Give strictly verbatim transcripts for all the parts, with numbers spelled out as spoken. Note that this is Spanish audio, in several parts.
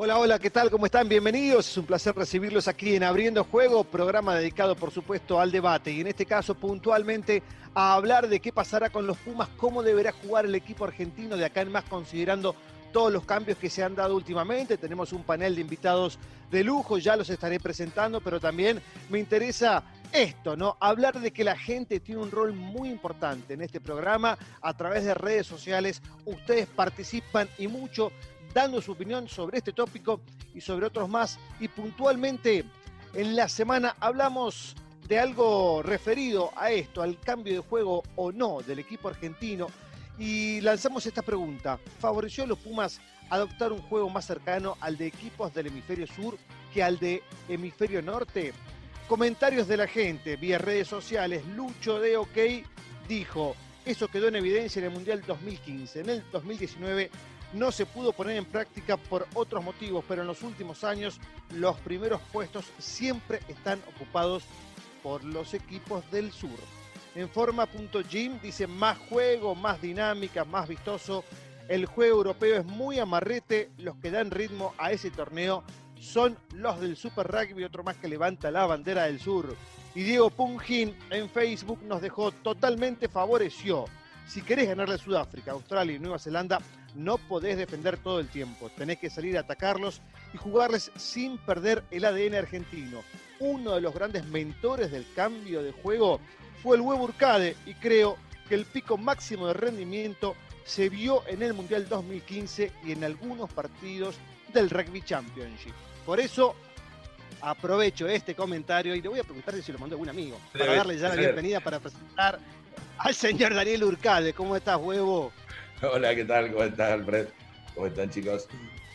Hola, hola, ¿qué tal? ¿Cómo están? Bienvenidos. Es un placer recibirlos aquí en Abriendo Juego, programa dedicado, por supuesto, al debate y en este caso puntualmente a hablar de qué pasará con los Pumas, cómo deberá jugar el equipo argentino de acá en más, considerando todos los cambios que se han dado últimamente. Tenemos un panel de invitados de lujo, ya los estaré presentando, pero también me interesa esto, ¿no? Hablar de que la gente tiene un rol muy importante en este programa. A través de redes sociales, ustedes participan y mucho, dando su opinión sobre este tópico y sobre otros más. Y puntualmente en la semana hablamos de algo referido a esto, al cambio de juego o no del equipo argentino. Y lanzamos esta pregunta: ¿favoreció a los Pumas adoptar un juego más cercano al de equipos del hemisferio sur que al de hemisferio norte? Comentarios de la gente vía redes sociales. Lucho de OK dijo: eso quedó en evidencia en el Mundial dos mil quince. En el dos mil diecinueve no se pudo poner en práctica por otros motivos, pero en los últimos años los primeros puestos siempre están ocupados por los equipos del sur. En forma.gym dice: más juego, más dinámica, más vistoso. El juego europeo es muy amarrete. Los que dan ritmo a ese torneo son los del Super Rugby, otro más que levanta la bandera del sur. Y Diego Pungin en Facebook nos dejó: totalmente favoreció. Si querés ganarle a Sudáfrica, Australia y Nueva Zelanda, no podés defender todo el tiempo. Tenés que salir a atacarlos y jugarles sin perder el A D N argentino. Uno de los grandes mentores del cambio de juego fue el Huevo Urcade, y creo que el pico máximo de rendimiento se vio en el Mundial dos mil quince y en algunos partidos del Rugby Championship. Por eso aprovecho este comentario y le voy a preguntar si lo mandó algún amigo, para darle ya la bienvenida, para presentar al señor Daniel Urcade. ¿Cómo estás, Huevo? Hola, ¿qué tal? ¿Cómo estás, Alfred? ¿Cómo están, chicos?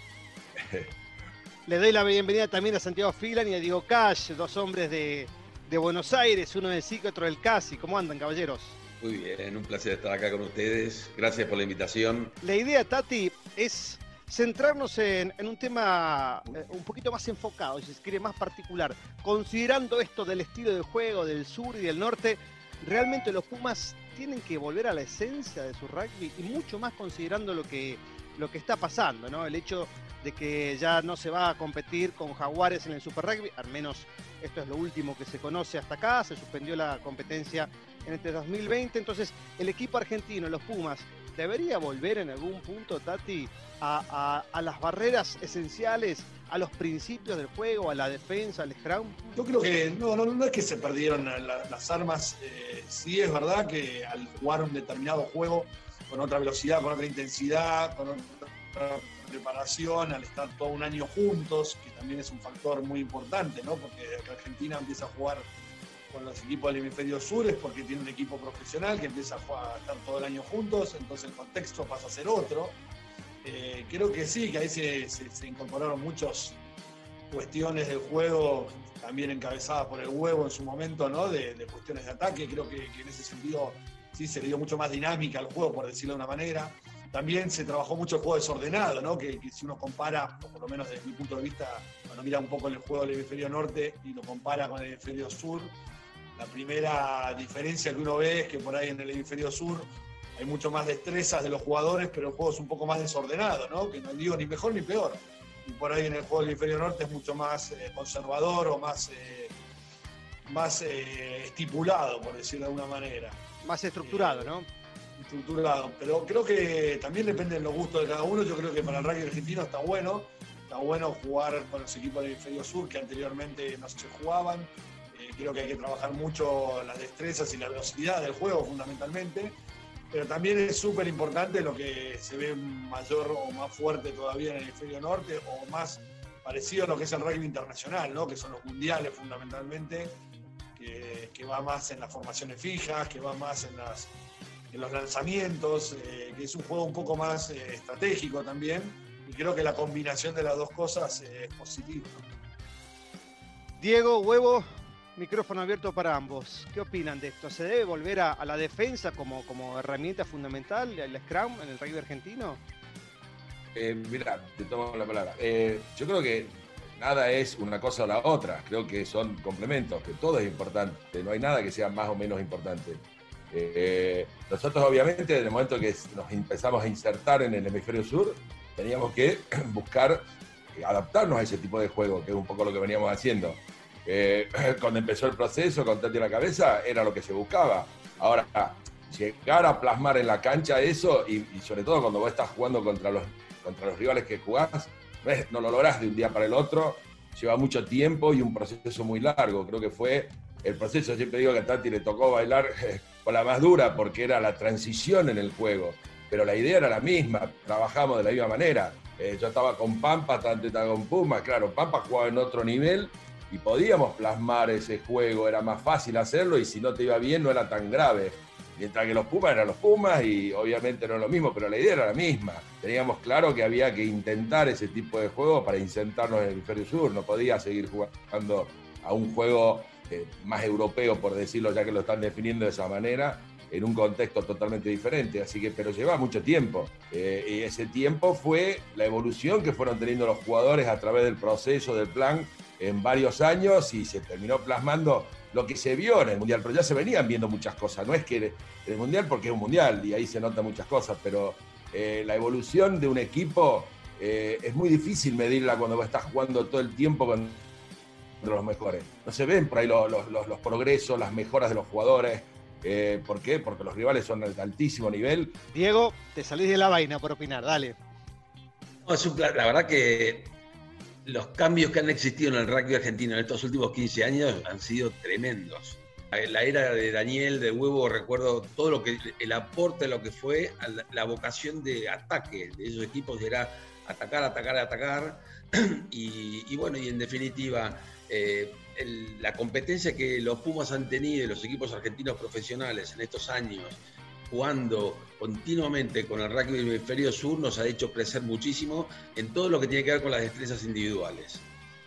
Le doy la bienvenida también a Santiago Filan y a Diego Cash, dos hombres de, de Buenos Aires, uno del S I C, otro del C A S I. ¿Cómo andan, caballeros? Muy bien, un placer estar acá con ustedes. Gracias por la invitación. La idea, Tati, es centrarnos en, en un tema eh, un poquito más enfocado, si se quiere, más particular. Considerando esto del estilo de juego del sur y del norte, realmente los Pumas tienen que volver a la esencia de su rugby, y mucho más considerando lo que, lo que está pasando, ¿no? El hecho de que ya no se va a competir con Jaguares en el Super Rugby, al menos esto es lo último que se conoce hasta acá. Se suspendió la competencia en este dos mil veinte, entonces el equipo argentino, los Pumas, ¿debería volver en algún punto, Tati, a, a, a las barreras esenciales, a los principios del juego, a la defensa, al scrum? Yo creo que no, no, no es que se perdieron la, las armas. Eh, sí es verdad que al jugar un determinado juego con otra velocidad, con otra intensidad, con otra preparación, al estar todo un año juntos, que también es un factor muy importante, ¿no? Porque Argentina empieza a jugar con los equipos del hemisferio sur es porque tiene un equipo profesional que empieza a, jugar, a estar todo el año juntos, entonces el contexto pasa a ser otro. Eh, creo que sí, que ahí se, se, se incorporaron muchas cuestiones del juego, también encabezadas por el Huevo en su momento, ¿no? De, de cuestiones de ataque. Creo que, que en ese sentido sí se le dio mucho más dinámica al juego, por decirlo de una manera. También se trabajó mucho el juego desordenado, ¿no? Que, que si uno compara, o por lo menos desde mi punto de vista, cuando mira un poco el juego del hemisferio norte y lo compara con el hemisferio sur, la primera diferencia que uno ve es que por ahí en el hemisferio sur hay mucho más destrezas de los jugadores, pero el juego es un poco más desordenado, ¿no? Que no digo ni mejor ni peor. Y por ahí en el juego del hemisferio norte es mucho más eh, conservador o más, eh, más eh, estipulado, por decirlo de alguna manera. Más estructurado, eh, ¿no? Estructurado. Pero creo que también depende de los gustos de cada uno. Yo creo que para el rugby argentino está bueno. Está bueno jugar con los equipos del hemisferio sur que anteriormente no se jugaban. Eh, creo que hay que trabajar mucho las destrezas y la velocidad del juego fundamentalmente. Pero también es súper importante lo que se ve mayor o más fuerte todavía en el hemisferio norte, o más parecido a lo que es el rugby internacional, ¿no? Que son los mundiales fundamentalmente, que, que va más en las formaciones fijas, que va más en, las, en los lanzamientos, eh, que es un juego un poco más eh, estratégico también, y creo que la combinación de las dos cosas eh, es positiva. Diego, Huevo, micrófono abierto para ambos. ¿Qué opinan de esto? ¿Se debe volver a, a la defensa como, como herramienta fundamental, el scrum en el rugby argentino? Eh, mira, te tomo la palabra. Eh, yo creo que nada es una cosa o la otra. Creo que son complementos, que todo es importante. No hay nada que sea más o menos importante. Eh, nosotros, obviamente, en el momento que nos empezamos a insertar en el hemisferio sur, teníamos que buscar adaptarnos a ese tipo de juego, que es un poco lo que veníamos haciendo. Eh, cuando empezó el proceso, con Tati en la cabeza, era lo que se buscaba. Ahora, llegar a plasmar en la cancha eso, y, y sobre todo cuando vos estás jugando contra los, contra los rivales que jugás, no, es, no lo lográs de un día para el otro, lleva mucho tiempo y un proceso muy largo. Creo que fue el proceso, siempre digo que a Tati le tocó bailar eh, con la más dura, porque era la transición en el juego, pero la idea era la misma, trabajamos de la misma manera. Eh, yo estaba con Pampa, Tati estaba con Puma, claro, Pampa jugaba en otro nivel, y podíamos plasmar ese juego, era más fácil hacerlo y si no te iba bien no era tan grave. Mientras que los Pumas eran los Pumas y obviamente no es lo mismo, pero la idea era la misma. Teníamos claro que había que intentar ese tipo de juego para insertarnos en el hemisferio sur. No podía seguir jugando a un juego eh, más europeo, por decirlo, ya que lo están definiendo de esa manera, en un contexto totalmente diferente. Así que, pero lleva mucho tiempo. Eh, y ese tiempo fue la evolución que fueron teniendo los jugadores a través del proceso, del plan, en varios años, y se terminó plasmando lo que se vio en el Mundial, pero ya se venían viendo muchas cosas, no es que en el Mundial, porque es un Mundial y ahí se notan muchas cosas, pero eh, la evolución de un equipo eh, es muy difícil medirla cuando vos estás jugando todo el tiempo con los mejores. No se ven por ahí los, los, los, los progresos, las mejoras de los jugadores. Eh, ¿Por qué? Porque los rivales son de altísimo nivel. Diego, te salís de la vaina por opinar, dale. No, es un, la verdad que los cambios que han existido en el rugby argentino en estos últimos quince años han sido tremendos. La era de Daniel, de Huevo, recuerdo todo lo que, el aporte a lo que fue a la, la vocación de ataque de esos equipos, era atacar, atacar, atacar. Y, y bueno, y en definitiva, eh, el, la competencia que los Pumas han tenido y los equipos argentinos profesionales en estos años, jugando continuamente con el rugby del hemisferio sur, nos ha hecho crecer muchísimo en todo lo que tiene que ver con las destrezas individuales.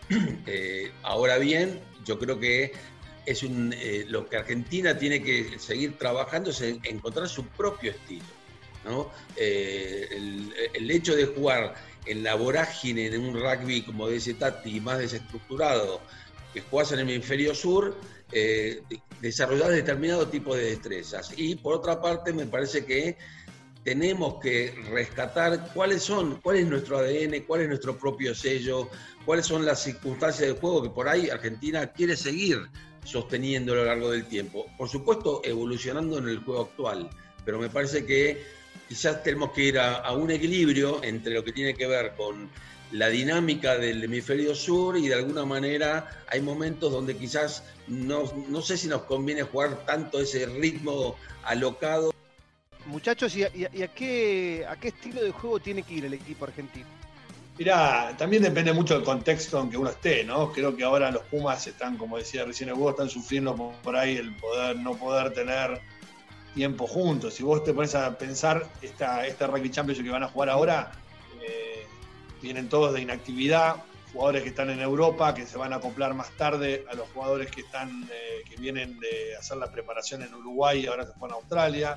Eh, ahora bien, yo creo que es un, eh, lo que Argentina tiene que seguir trabajando es en, encontrar su propio estilo, ¿no? Eh, el, el hecho de jugar en la vorágine en un rugby, como dice Tati, más desestructurado, que jugás en el hemisferio sur, eh, desarrollar determinado tipo de destrezas. Y por otra parte, me parece que tenemos que rescatar cuáles son, cuál es nuestro A D N, cuál es nuestro propio sello, cuáles son las circunstancias del juego que por ahí Argentina quiere seguir sosteniendo a lo largo del tiempo. Por supuesto, evolucionando en el juego actual, pero me parece que quizás tenemos que ir a, a un equilibrio entre lo que tiene que ver con la dinámica del hemisferio sur y de alguna manera hay momentos donde quizás no, no sé si nos conviene jugar tanto ese ritmo alocado. Muchachos, ¿y a, y a, qué, a qué estilo de juego tiene que ir el equipo argentino? Mirá, también depende mucho del contexto en que uno esté, ¿no? Creo que ahora los Pumas están, como decía recién el Hugo, están sufriendo por ahí el poder, no poder tener tiempo juntos. Si vos te pones a pensar esta, esta Rugby Championship que van a jugar ahora, eh, vienen todos de inactividad, jugadores que están en Europa, que se van a acoplar más tarde a los jugadores que están eh, que vienen de hacer la preparación en Uruguay y ahora se fueron a Australia,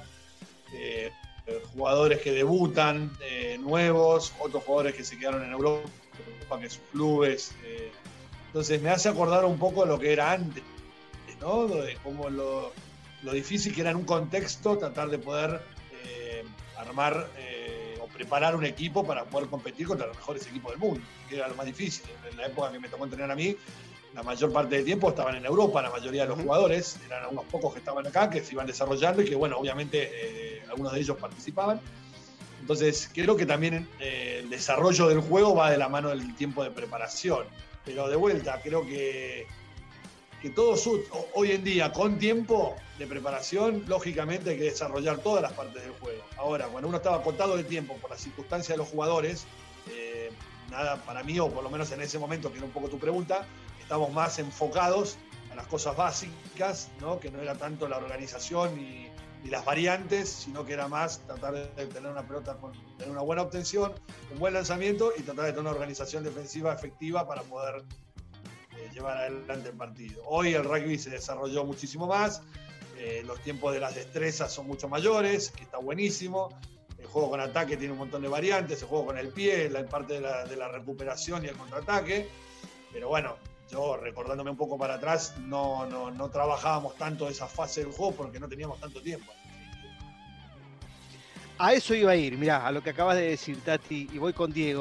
eh, eh, jugadores que debutan eh, nuevos, otros jugadores que se quedaron en Europa, que sus clubes. Eh, entonces me hace acordar un poco lo que era antes, ¿no? De cómo lo, lo difícil que era en un contexto tratar de poder eh, armar eh, o preparar un equipo para poder competir contra los mejores equipos del mundo, que era lo más difícil. En la época que me tocó entrenar a mí, la mayor parte del tiempo estaban en Europa, la mayoría de los jugadores, eran unos pocos que estaban acá, que se iban desarrollando y que, bueno, obviamente eh, algunos de ellos participaban. Entonces, creo que también eh, el desarrollo del juego va de la mano del tiempo de preparación. Pero de vuelta, creo que, que todos hoy en día, con tiempo de preparación, lógicamente hay que desarrollar todas las partes del juego. Ahora, cuando uno estaba acotado de tiempo por las circunstancias de los jugadores, eh, nada, para mí, o por lo menos en ese momento, que era un poco tu pregunta, estamos más enfocados a las cosas básicas, ¿no? Que no era tanto la organización ni, ni las variantes, sino que era más tratar de tener una pelota con tener una buena obtención, un buen lanzamiento y tratar de tener una organización defensiva efectiva para poder eh, llevar adelante el partido. Hoy el rugby se desarrolló muchísimo más, eh, los tiempos de las destrezas son mucho mayores, que está buenísimo. El juego con ataque tiene un montón de variantes, el juego con el pie, la parte de la, de la recuperación y el contraataque, pero bueno, yo, recordándome un poco para atrás, no, no, no trabajábamos tanto esa fase del juego porque no teníamos tanto tiempo. A eso iba a ir, mirá, a lo que acabas de decir, Tati, y voy con Diego.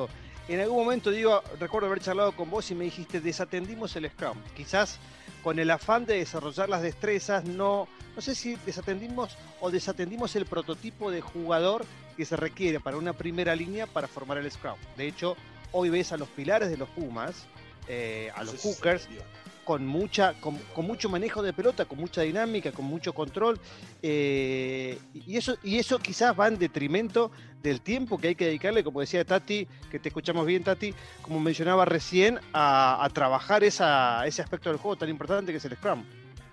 en algún momento, digo, recuerdo haber charlado con vos y me dijiste, desatendimos el Scrum. Quizás con el afán de desarrollar las destrezas, no, no sé si desatendimos o desatendimos el prototipo de jugador que se requiere para una primera línea para formar el Scrum. De hecho, hoy ves a los pilares de los Pumas, eh, a los hookers, con, mucha, con, con mucho manejo de pelota, con mucha dinámica, con mucho control, eh, y, eso, y eso quizás va en detrimento del tiempo que hay que dedicarle, como decía Tati, que te escuchamos bien, Tati, como mencionaba recién, a, a trabajar esa, ese aspecto del juego tan importante que es el Scrum.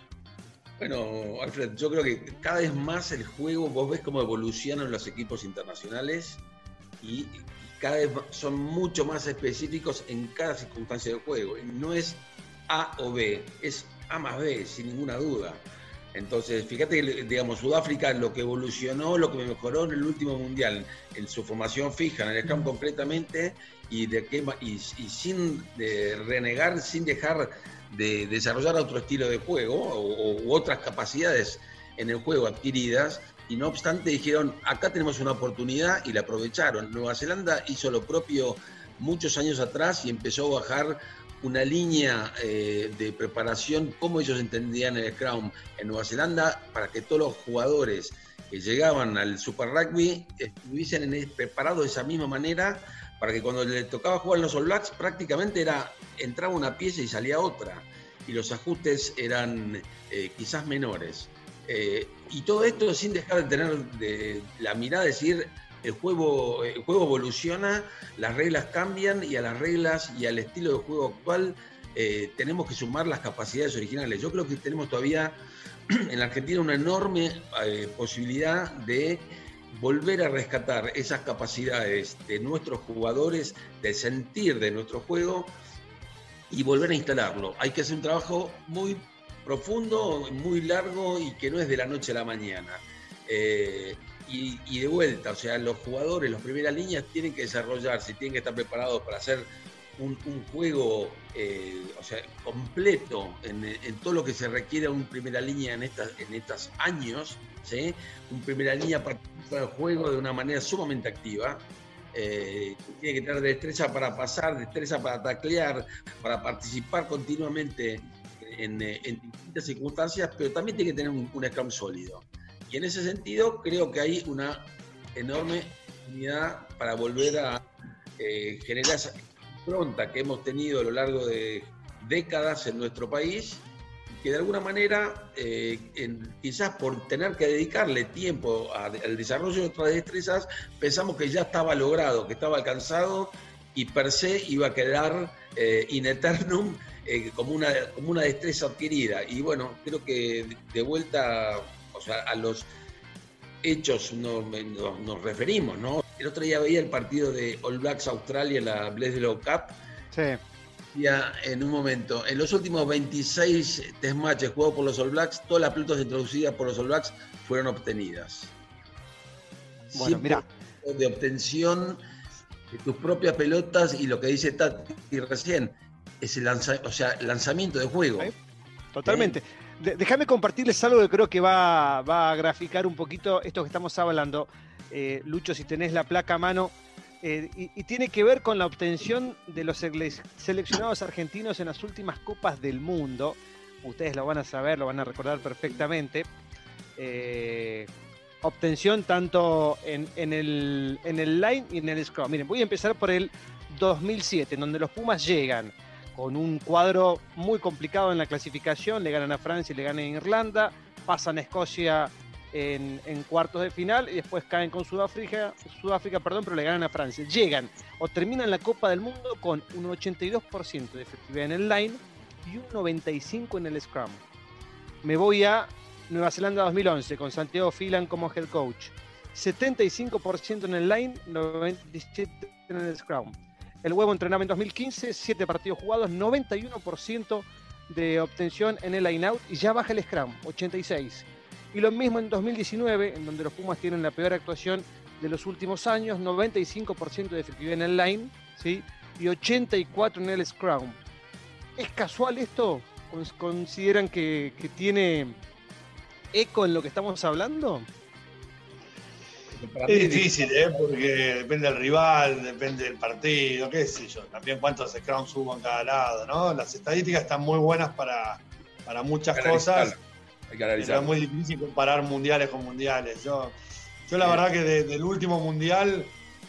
Bueno, Alfred, yo creo que cada vez más el juego, vos ves cómo evolucionan los equipos internacionales y cada vez son mucho más específicos en cada circunstancia del juego. No es A o B, es A más B, sin ninguna duda. Entonces, fíjate que, digamos, Sudáfrica lo que evolucionó, lo que mejoró en el último mundial, en su formación fija, en el Scrum concretamente, y, de qué, y, y sin de renegar, sin dejar de desarrollar otro estilo de juego o, u otras capacidades en el juego adquiridas, y no obstante dijeron, acá tenemos una oportunidad y la aprovecharon. Nueva Zelanda hizo lo propio muchos años atrás y empezó a bajar una línea eh, de preparación, como ellos entendían el Scrum en Nueva Zelanda, para que todos los jugadores que llegaban al Super Rugby estuviesen en, preparados de esa misma manera, para que cuando les tocaba jugar en los All Blacks prácticamente era, entraba una pieza y salía otra, y los ajustes eran eh, quizás menores. Eh, y todo esto sin dejar de tener de, la mirada de decir, el juego, el juego evoluciona, las reglas cambian y a las reglas y al estilo de juego actual eh, tenemos que sumar las capacidades originales. Yo creo que tenemos todavía en la Argentina una enorme eh, posibilidad de volver a rescatar esas capacidades de nuestros jugadores, de sentir de nuestro juego y volver a instalarlo. Hay que hacer un trabajo muy profundo, muy largo y que no es de la noche a la mañana. Eh, y, y de vuelta, o sea, los jugadores, las primeras líneas tienen que desarrollarse, tienen que estar preparados para hacer un, un juego eh, o sea, completo en, en todo lo que se requiere a un primera línea en estas en estos años, ¿sí? Un primera línea participa del juego de una manera sumamente activa. Eh, tiene que tener destreza para pasar, destreza para taclear, para participar continuamente en, en distintas circunstancias, pero también tiene que tener un, un Scrum sólido. Y en ese sentido creo que hay una enorme oportunidad para volver a eh, generar esa impronta que hemos tenido a lo largo de décadas en nuestro país, que de alguna manera, eh, en, quizás por tener que dedicarle tiempo a, al desarrollo de nuestras destrezas, pensamos que ya estaba logrado, que estaba alcanzado y per se iba a quedar eh, in eternum eh, como, una, como una destreza adquirida. Y bueno, creo que de vuelta, o sea, a los hechos nos, nos, nos referimos, ¿no? El otro día veía el partido de All Blacks Australia en la Bledisloe Cup. Sí. Ya en un momento, en los últimos veintiséis test matches jugados por los All Blacks, todas las pelotas introducidas por los All Blacks fueron obtenidas. Bueno, mira, de obtención de tus propias pelotas y lo que dice Tati recién, es el lanza, o sea, lanzamiento de juego. ¿Sí? Totalmente. ¿Sí? Déjame compartirles algo que creo que va, va a graficar un poquito esto que estamos hablando. Eh, Lucho, si tenés la placa a mano. Eh, y, y tiene que ver con la obtención de los seleccionados argentinos en las últimas Copas del Mundo. Ustedes lo van a saber, lo van a recordar perfectamente. Eh, obtención tanto en, en, el, en el line y en el scrum. Miren, voy a empezar por el dos mil siete, en donde los Pumas llegan con un cuadro muy complicado en la clasificación. Le ganan a Francia y le ganan a Irlanda. Pasan a Escocia En, en cuartos de final y después caen con Sudáfrica, Sudáfrica, perdón, pero le ganan a Francia. Llegan o terminan la Copa del Mundo con un ochenta y dos por ciento de efectividad en el line y un noventa y cinco por ciento en el scrum. Me voy a Nueva Zelanda dos mil once con Santiago Phelan como head coach. setenta y cinco por ciento en el line, noventa y siete por ciento en el scrum. El Huevo entrenaba en dos mil quince, siete partidos jugados, noventa y uno por ciento de obtención en el line out y ya baja el scrum, ochenta y seis por ciento. Y lo mismo en dos mil diecinueve, en donde los Pumas tienen la peor actuación de los últimos años, noventa y cinco por ciento de efectividad en el line, ¿sí? Y ochenta y cuatro por ciento en el scrum. ¿Es casual esto? ¿Consideran que, que tiene eco en lo que estamos hablando? Es difícil, ¿eh? Porque depende del rival, depende del partido, qué sé yo. También cuántos scrums hubo en cada lado, ¿no? Las estadísticas están muy buenas para, para muchas Hay que cosas. Hay que analizarlo. Pero es muy difícil comparar mundiales con mundiales. Yo, yo la verdad que de, del último mundial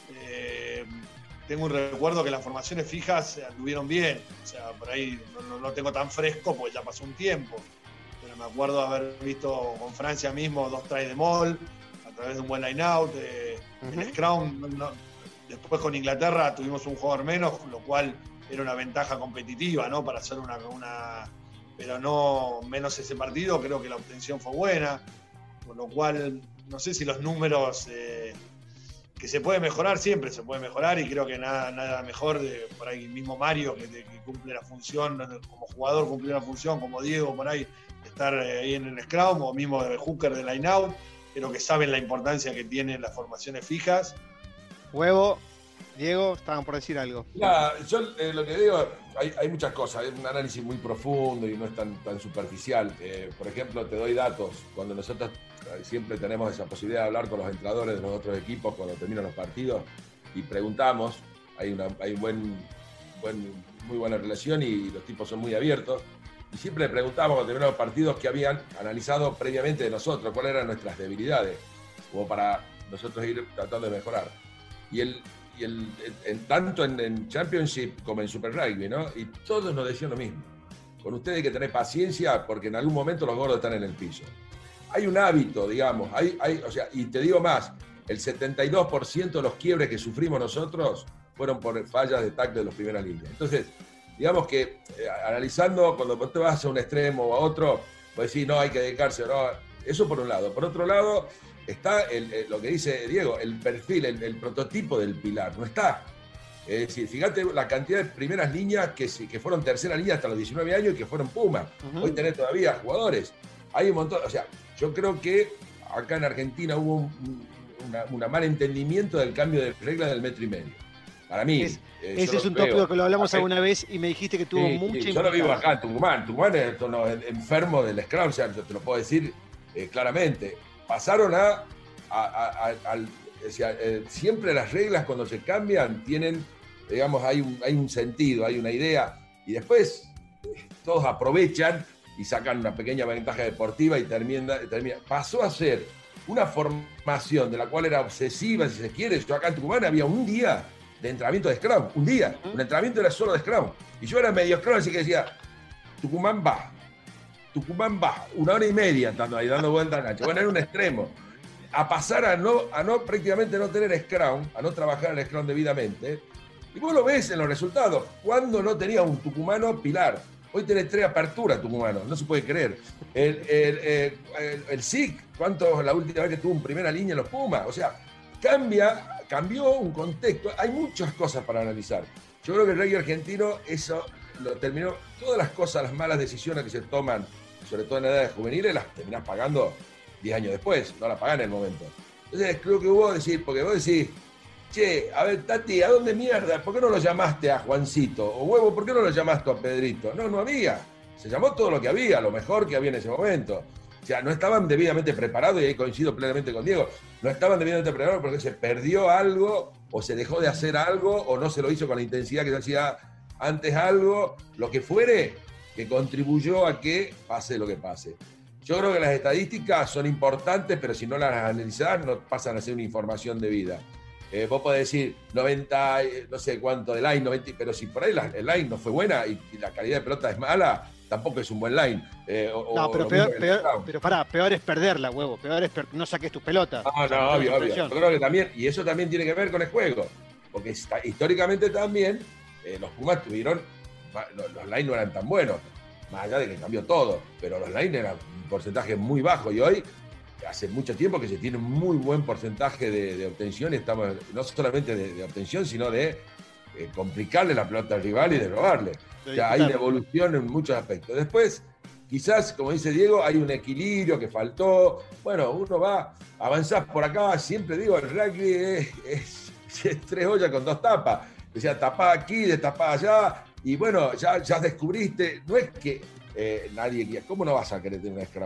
eh, tengo un recuerdo que las formaciones fijas anduvieron bien. O sea, por ahí no, no lo tengo tan fresco porque ya pasó un tiempo. Pero me acuerdo haber visto con Francia mismo dos tries de Moll a través de un buen line-out. Eh, uh-huh. El Scrum, no, no, después con Inglaterra tuvimos un jugador menos, lo cual era una ventaja competitiva, ¿no? Para hacer una... una pero no menos ese partido, creo que la obtención fue buena, por lo cual no sé si los números, eh, que se puede mejorar, siempre se puede mejorar, y creo que nada, nada mejor de por ahí mismo Mario, que, de, que cumple la función, como jugador cumple la función, como Diego por ahí, estar eh, ahí en el Scrum, o mismo de Hooker de Line-Out, creo que saben la importancia que tienen las formaciones fijas. Huevo, Diego, estaban por decir algo. Ya, yo eh, lo que digo, hay, hay muchas cosas, es un análisis muy profundo y no es tan, tan superficial. Eh, por ejemplo, te doy datos. Cuando nosotros eh, siempre tenemos esa posibilidad de hablar con los entrenadores de los otros equipos cuando terminan los partidos y preguntamos, hay una hay un buen, buen, muy buena relación y los tipos son muy abiertos. Y siempre le preguntamos cuando terminaron los partidos que habían analizado previamente de nosotros, cuáles eran nuestras debilidades, como para nosotros ir tratando de mejorar. Y el Y el, en, tanto en, en Championship como en Super Rugby, ¿no? Y todos nos decían lo mismo. Con ustedes hay que tener paciencia porque en algún momento los gordos están en el piso. Hay un hábito, digamos, hay, hay, o sea, y te digo más, el setenta y dos por ciento de los quiebres que sufrimos nosotros fueron por fallas de tackle de los primeras líneas. Entonces, digamos que eh, analizando, cuando te vas a un extremo o a otro, pues sí, no, hay que dedicarse, no. Eso por un lado. Por otro lado, está el, el, lo que dice Diego, el perfil, el, el prototipo del pilar, no está. Es decir, fíjate la cantidad de primeras líneas que, que fueron tercera línea hasta los diecinueve años y que fueron Puma. Uh-huh. Hoy tenés todavía jugadores. Hay un montón, o sea, yo creo que acá en Argentina hubo un, una, una mal entendimiento del cambio de regla del metro y medio. Para mí. Es, eh, ese es un tópico que lo hablamos alguna vez y me dijiste que tuvo sí, mucha sí, yo lo vivo acá en Tucumán. Tucumán es uno enfermo del Scrum, o sea, yo te lo puedo decir eh, claramente. Pasaron a, a, a, a, a o sea, eh, siempre las reglas cuando se cambian tienen, digamos, hay un, hay un sentido, hay una idea, y después eh, todos aprovechan y sacan una pequeña ventaja deportiva y termina, termina. Pasó a ser una formación de la cual era obsesiva, si se quiere. Yo acá en Tucumán había un día de entrenamiento de Scrum, un día, un entrenamiento era solo de Scrum, y yo era medio Scrum, así que decía, Tucumán va, Tucumán va, una hora y media andando ahí, dando vueltas al gancho. Bueno, era un extremo. A pasar a no, a no prácticamente no tener Scrum, a no trabajar el Scrum debidamente, y vos lo ves en los resultados, cuando no tenía un tucumano pilar. Hoy tenés tres aperturas tucumanos, no se puede creer. El, el, el, el, el S I C, ¿cuánto la última vez que tuvo en primera línea en los Pumas? O sea, cambia, cambió un contexto, hay muchas cosas para analizar. Yo creo que el rugby argentino, eso lo terminó, todas las cosas, las malas decisiones que se toman, sobre todo en edades juveniles, las terminás pagando diez años después, no las pagás en el momento. Entonces creo que hubo decir, porque vos decís, che, a ver, Tati, ¿a dónde mierda? ¿Por qué no lo llamaste a Juancito? O Huevo, ¿por qué no lo llamaste a Pedrito? No, no había. Se llamó todo lo que había, lo mejor que había en ese momento. O sea, no estaban debidamente preparados, y ahí coincido plenamente con Diego, no estaban debidamente preparados porque se perdió algo, o se dejó de hacer algo, o no se lo hizo con la intensidad que se hacía antes algo, lo que fuere, que contribuyó a que pase lo que pase. Yo creo que las estadísticas son importantes, pero si no las analizás, no pasan a ser una información debida. Eh, vos podés decir noventa, no sé cuánto de line, noventa, pero si por ahí la, el line no fue buena y, y la calidad de pelota es mala, tampoco es un buen line. Eh, o, no, pero, peor, peor, pero pará, peor es perderla, Huevo. Peor es per no saques tus pelotas. No, no, obvio, obvio. Yo creo que también, y eso también tiene que ver con el juego. Porque está, históricamente también eh, los Pumas tuvieron, los, los line no eran tan buenos, más allá de que cambió todo, pero los line eran un porcentaje muy bajo y hoy hace mucho tiempo que se tiene un muy buen porcentaje de, de obtención y estamos no solamente de, de obtención, sino de eh, complicarle la pelota al rival y de robarle. O sea, hay una evolución en muchos aspectos. Después, quizás, como dice Diego, hay un equilibrio que faltó. Bueno, uno va a avanzar por acá. Siempre digo, el rugby es, es, es tres ollas con dos tapas. O sea, tapá aquí, destapá allá. Y bueno, ya, ya descubriste. No es que eh, nadie quiera. ¿Cómo no vas a querer tener un Scrum?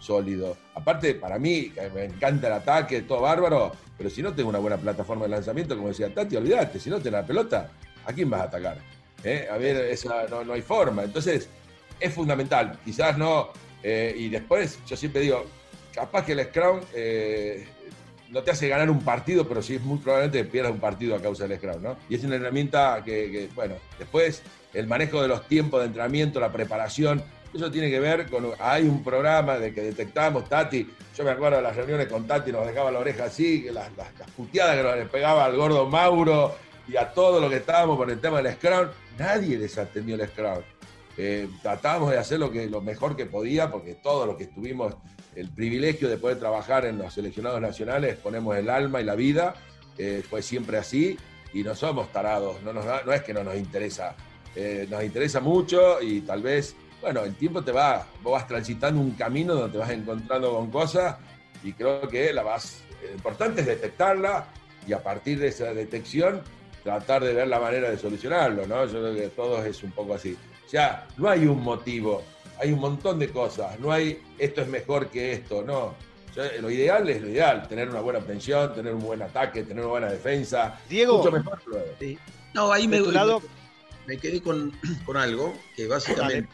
sólido. Aparte, para mí, me encanta el ataque, todo bárbaro, pero si no tengo una buena plataforma de lanzamiento, como decía Tati, olvídate, si no tenés la pelota, ¿a quién vas a atacar? ¿Eh? A ver, esa, no, no hay forma. Entonces, es fundamental. Quizás no, eh, y después, yo siempre digo, capaz que el Scrum eh, no te hace ganar un partido, pero sí es muy probablemente que pierdas un partido a causa del Scrum, ¿no? Y es una herramienta que, que, bueno, después el manejo de los tiempos de entrenamiento, la preparación, eso tiene que ver con, hay un programa de que detectamos, Tati, yo me acuerdo de las reuniones con Tati, nos dejaba la oreja así, que las, las, las puteadas que nos les pegaba al gordo Mauro y a todo lo que estábamos por el tema del Scrum, nadie desatendió el Scrum. Eh, tratábamos de hacer lo, que, lo mejor que podía, porque todos los que estuvimos el privilegio de poder trabajar en los seleccionados nacionales, ponemos el alma y la vida, eh, fue siempre así, y no somos tarados, no, nos, no es que no nos interesa, eh, nos interesa mucho y tal vez, bueno, el tiempo te va, vos vas transitando un camino donde te vas encontrando con cosas y creo que la vas, lo importante es detectarla y a partir de esa detección tratar de ver la manera de solucionarlo, ¿no? Yo creo que todo es un poco así. O sea, no hay un motivo, hay un montón de cosas, no hay esto es mejor que esto, no. O sea, lo ideal es lo ideal, tener una buena obtención, tener un buen ataque, tener una buena defensa. Diego, mucho mejor luego. Sí. No, ahí me, lado... me quedé con, con algo que básicamente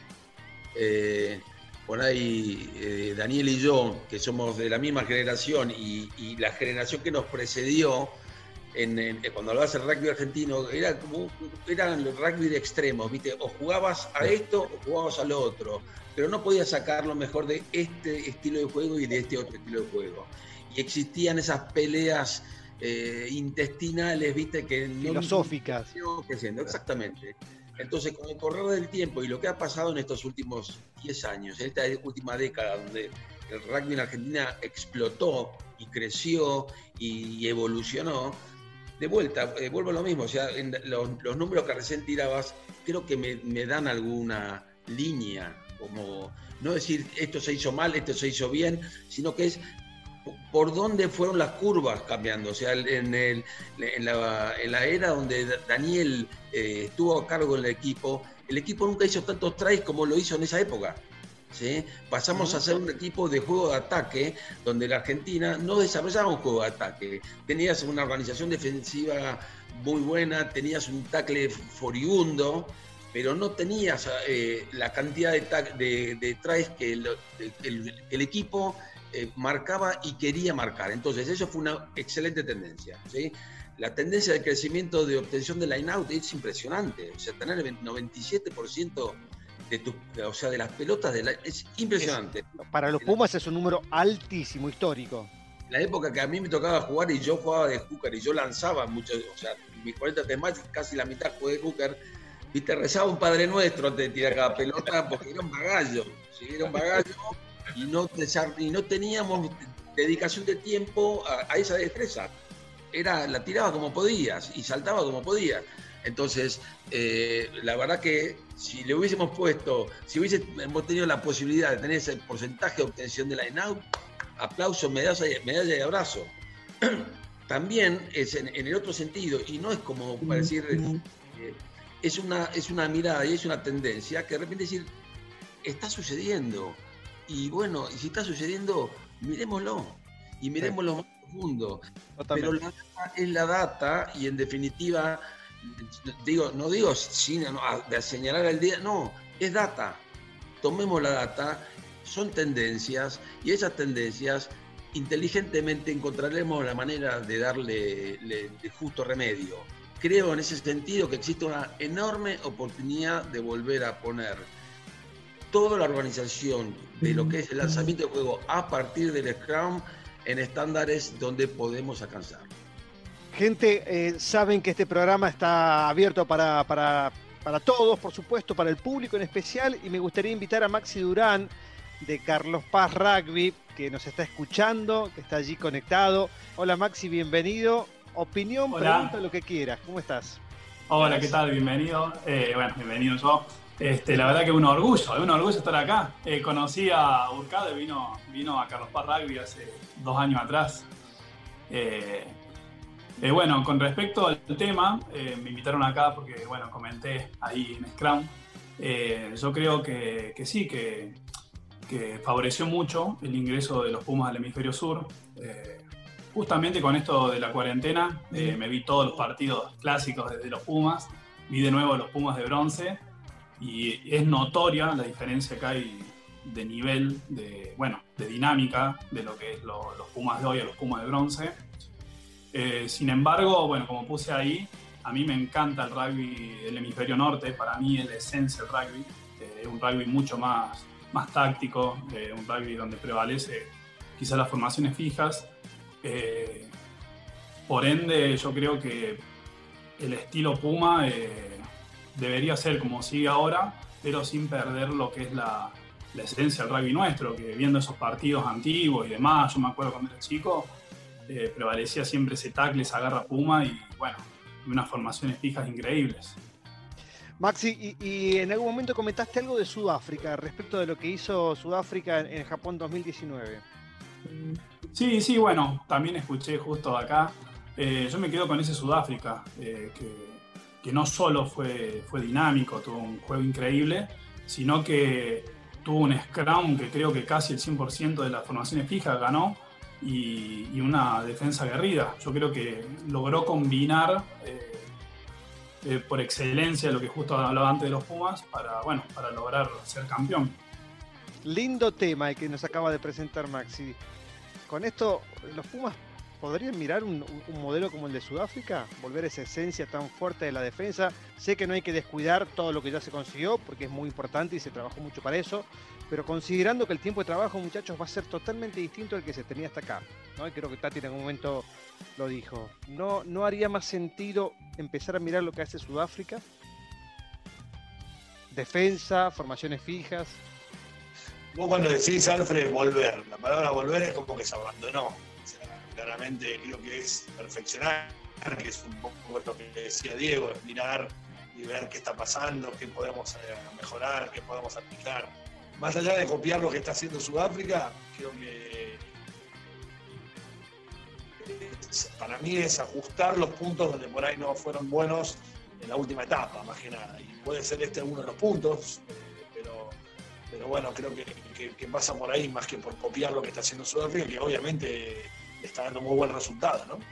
eh, por ahí eh, Daniel y yo, que somos de la misma generación y, y la generación que nos precedió, En, en, cuando hablabas del rugby argentino, era como, eran los rugby de extremos, ¿viste? O jugabas a esto o jugabas a lo otro, pero no podías sacar lo mejor de este estilo de juego y de este otro estilo de juego. Y existían esas peleas eh, intestinales, ¿viste? Que no, filosóficas. No, creciendo, exactamente. Entonces, con el correr del tiempo y lo que ha pasado en estos últimos diez años, en esta última década, donde el rugby en Argentina explotó y creció y evolucionó, de vuelta, eh, vuelvo a lo mismo, o sea, en los, los números que recién tirabas, creo que me, me dan alguna línea, como no decir esto se hizo mal, esto se hizo bien, sino que es por dónde fueron las curvas cambiando. O sea, en, el, en, la, en la era donde Daniel eh, estuvo a cargo del equipo, el equipo nunca hizo tantos tries como lo hizo en esa época. ¿Sí? Pasamos a ser un equipo de juego de ataque, donde la Argentina no desarrollaba un juego de ataque. Tenías una organización defensiva muy buena, tenías un tackle furibundo, pero no tenías eh, la cantidad de, de, de tries que el, el, el equipo eh, marcaba y quería marcar. Entonces, eso fue una excelente tendencia, ¿sí? La tendencia de crecimiento de obtención de line-out es impresionante. O sea, tener el noventa y siete por ciento de, tu, o sea, de las pelotas de la, es impresionante. Es, para los Pumas es un número altísimo, histórico. La época que a mí me tocaba jugar y yo jugaba de hooker y yo lanzaba mucho, o sea, mis cuarenta temas, casi la mitad jugué de hooker, viste, rezaba un Padre Nuestro antes de tirar cada pelota porque era un bagallo, ¿sí? Era un bagallo y no, y no teníamos dedicación de tiempo a, a esa destreza. Era, la tiraba como podías y saltaba como podías. Entonces, eh, la verdad que si le hubiésemos puesto, si hubiésemos tenido la posibilidad de tener ese porcentaje de obtención de line-out, aplauso, medalla, medalla y abrazo. También es en, en el otro sentido, y no es como para decir, eh, es, una, es una mirada y es una tendencia que de repente decir, está sucediendo. Y bueno, y si está sucediendo, miremoslo. Y miremoslo más profundo. Totalmente. Pero la data es la data y en definitiva... Digo, no digo sin, no, de señalar el día, no, es data. Tomemos la data, son tendencias y esas tendencias inteligentemente encontraremos la manera de darle le, de justo remedio. Creo en ese sentido que existe una enorme oportunidad de volver a poner toda la organización de lo que es el lanzamiento de juego a partir del Scrum en estándares donde podemos alcanzar. Gente, eh, saben que este programa está abierto para, para, para todos, por supuesto, para el público en especial, y me gustaría invitar a Maxi Durán de Carlos Paz Rugby, que nos está escuchando, que está allí conectado. Hola Maxi, bienvenido. Opinión, Hola. Pregunta, lo que quieras. ¿Cómo estás? Hola, ¿qué tal? Bienvenido. Eh, bueno, bienvenido yo. Este, la verdad que es un orgullo, es un orgullo estar acá. Eh, conocí a Urcade, vino, vino a Carlos Paz Rugby hace dos años atrás. Eh, Eh, bueno, con respecto al tema, eh, me invitaron acá porque, bueno, comenté ahí en Scrum. Eh, yo creo que, que sí, que que favoreció mucho el ingreso de los Pumas al hemisferio sur. Eh, justamente con esto de la cuarentena, eh, me vi todos los partidos clásicos desde los Pumas, vi de nuevo los Pumas de bronce, y es notoria la diferencia que hay de nivel, de, bueno, de dinámica de lo que es lo, los Pumas de hoy a los Pumas de bronce. Eh, sin embargo, bueno, como puse ahí, a mí me encanta el rugby del hemisferio norte. Para mí es la esencia del rugby, es eh, un rugby mucho más, más táctico, eh, un rugby donde prevalece quizás las formaciones fijas. Eh, por ende, yo creo que el estilo Puma eh, debería ser como sigue ahora, pero sin perder lo que es la, la esencia del rugby nuestro, que viendo esos partidos antiguos y demás, yo me acuerdo cuando era chico, eh, prevalecía siempre ese tackle, esa garra Puma y bueno, unas formaciones fijas increíbles. Maxi, y, y en algún momento comentaste algo de Sudáfrica, respecto de lo que hizo Sudáfrica en, en Japón dos mil diecinueve. Sí, sí, bueno, también escuché justo acá. Eh, yo me quedo con ese Sudáfrica, eh, que, que no solo fue, fue dinámico, tuvo un juego increíble, sino que tuvo un scrum que creo que casi el cien por ciento de las formaciones fijas ganó, y, y una defensa aguerrida. Yo creo que logró combinar eh, eh, por excelencia lo que justo hablaba antes de los Pumas para, bueno, para lograr ser campeón. Lindo tema el que nos acaba de presentar Maxi. Con esto, los Pumas podrían mirar un, un modelo como el de Sudáfrica, volver a esa esencia tan fuerte de la defensa. Sé que no hay que descuidar todo lo que ya se consiguió, porque es muy importante y se trabajó mucho para eso, pero considerando que el tiempo de trabajo, muchachos, va a ser totalmente distinto al que se tenía hasta acá, ¿no? Y creo que Tati en algún momento lo dijo. ¿No, no haría más sentido empezar a mirar lo que hace Sudáfrica? Defensa, formaciones fijas. Vos cuando decís, Alfred, volver, la palabra volver es como que se abandonó. O sea, claramente creo que es perfeccionar, que es un poco lo que decía Diego, es mirar y ver qué está pasando, qué podemos mejorar, qué podemos aplicar. Más allá de copiar lo que está haciendo Sudáfrica, creo que es, para mí es ajustar los puntos donde por ahí no fueron buenos en la última etapa, más que nada. Y puede ser este uno de los puntos, eh, pero, pero bueno, creo que, que, que pasa por ahí más que por copiar lo que está haciendo Sudáfrica, que obviamente le está dando muy buen resultado, ¿no?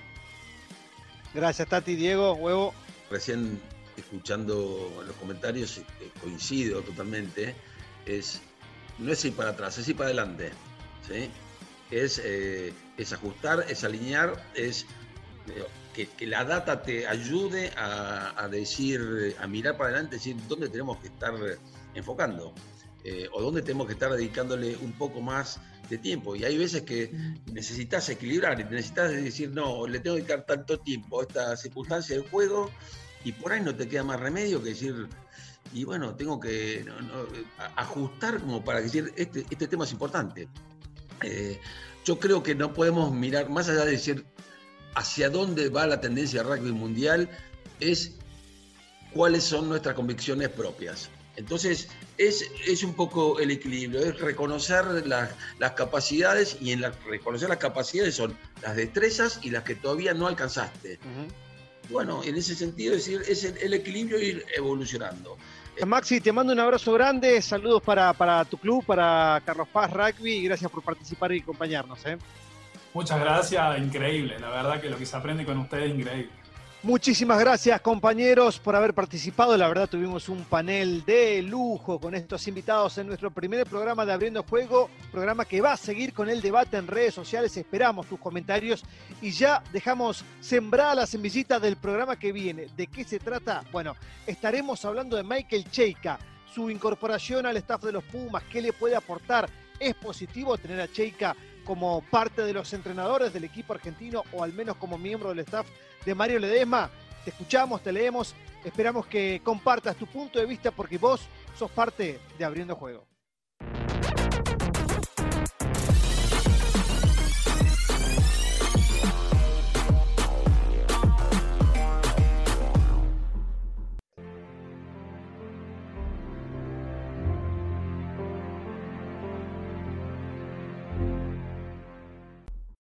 Gracias, Tati. Diego, Huevo. Recién escuchando los comentarios, eh, coincido totalmente. Es, no es ir para atrás, es ir para adelante, ¿sí? Es, eh, es ajustar, es alinear, es eh, que, que la data te ayude a, a decir, a mirar para adelante, decir dónde tenemos que estar enfocando, eh, o dónde tenemos que estar dedicándole un poco más de tiempo. Y hay veces que necesitas equilibrar y necesitas decir, no, le tengo que dedicar tanto tiempo a esta circunstancia del juego, y por ahí no te queda más remedio que decir, y bueno, tengo que no, no, ajustar como para decir, este, este tema es importante. Eh, yo creo que no podemos mirar, más allá de decir hacia dónde va la tendencia del rugby mundial, es cuáles son nuestras convicciones propias. Entonces, es, es un poco el equilibrio, es reconocer las, las capacidades, y en la, reconocer las capacidades son las destrezas y las que todavía no alcanzaste. Uh-huh. Bueno, en ese sentido, es decir, es el, el equilibrio ir evolucionando. Maxi, te mando un abrazo grande, saludos para, para tu club, para Carlos Paz Rugby, y gracias por participar y acompañarnos, ¿eh? Muchas gracias, increíble, la verdad que lo que se aprende con ustedes es increíble. Muchísimas gracias, compañeros, por haber participado. La verdad, tuvimos un panel de lujo con estos invitados en nuestro primer programa de Abriendo Juego, programa que va a seguir con el debate en redes sociales. Esperamos tus comentarios y ya dejamos sembrada la semillita del programa que viene. ¿De qué se trata? Bueno, estaremos hablando de Michael Cheika, su incorporación al staff de los Pumas, qué le puede aportar. ¿Es positivo tener a Cheika como parte de los entrenadores del equipo argentino, o al menos como miembro del staff de Mario Ledesma? Te escuchamos, te leemos, esperamos que compartas tu punto de vista, porque vos sos parte de Abriendo Juego.